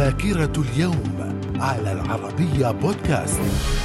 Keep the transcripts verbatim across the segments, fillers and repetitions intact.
ذاكرة اليوم على العربية بودكاست.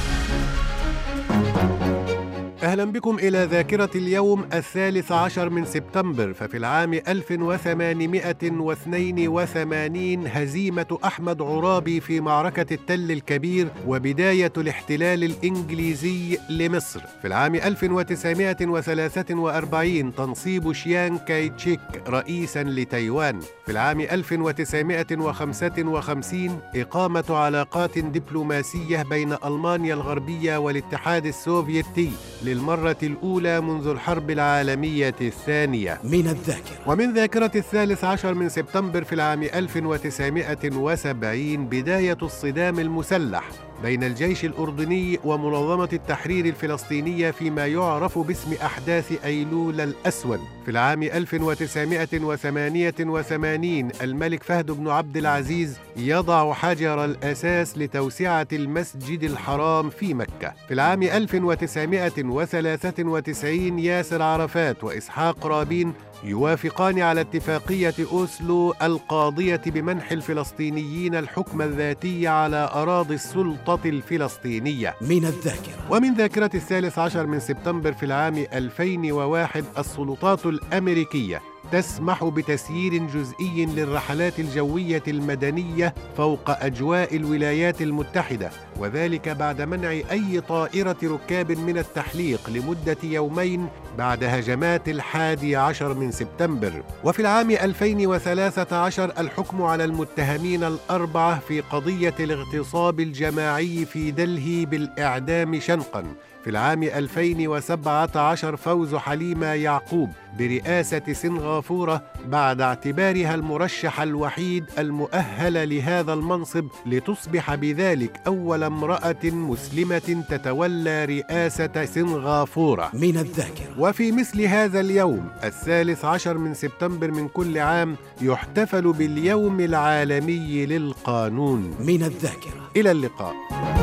أهلا بكم إلى ذاكرة اليوم الثالث عشر من سبتمبر. ففي العام ألف وثمانمائة واثنين وثمانين هزيمة أحمد عرابي في معركة التل الكبير وبداية الاحتلال الإنجليزي لمصر. في العام ألف وتسعمائة وثلاثة وأربعين تنصيب شيانغ كاي تشيك رئيسا لتايوان. في العام ألف وتسعمائة وخمسة وخمسين إقامة علاقات دبلوماسية بين ألمانيا الغربية والاتحاد السوفيتي للمرة الأولى منذ الحرب العالمية الثانية. من الذاكرة. ومن ذاكرة الثالث عشر من سبتمبر في العام ألف وتسعمائة وسبعين بداية الصدام المسلح بين الجيش الأردني ومنظمة التحرير الفلسطينية فيما يعرف باسم أحداث أيلول الأسود. في العام ألف وتسعمائة وثمانية وثمانين الملك فهد بن عبد العزيز يضع حجر الأساس لتوسعة المسجد الحرام في مكة. في العام ألف وتسعمائة وثلاثة وتسعين ياسر عرفات وإسحاق رابين يوافقان على اتفاقية أوسلو القاضية بمنح الفلسطينيين الحكم الذاتي على أراضي السلطة الفلسطينية. من الذاكرة. ومن ذاكرة الثالث عشر من سبتمبر في العام ألفين وواحد السلطات الأمريكية تسمح بتسيير جزئي للرحلات الجوية المدنية فوق أجواء الولايات المتحدة، وذلك بعد منع أي طائرة ركاب من التحليق لمدة يومين بعد هجمات الحادي عشر من سبتمبر. وفي العام ألفين وثلاثة عشر الحكم على المتهمين الأربعة في قضية الاغتصاب الجماعي في دلهي بالإعدام شنقاً. في العام ألفين وسبعة عشر فوز حليمة يعقوب برئاسة سنغافورة بعد اعتبارها المرشح الوحيد المؤهل لهذا المنصب، لتصبح بذلك أول امرأة مسلمة تتولى رئاسة سنغافورة. من الذاكرة. وفي مثل هذا اليوم الثالث عشر من سبتمبر من كل عام يحتفل باليوم العالمي للقانون. من الذاكرة. إلى اللقاء.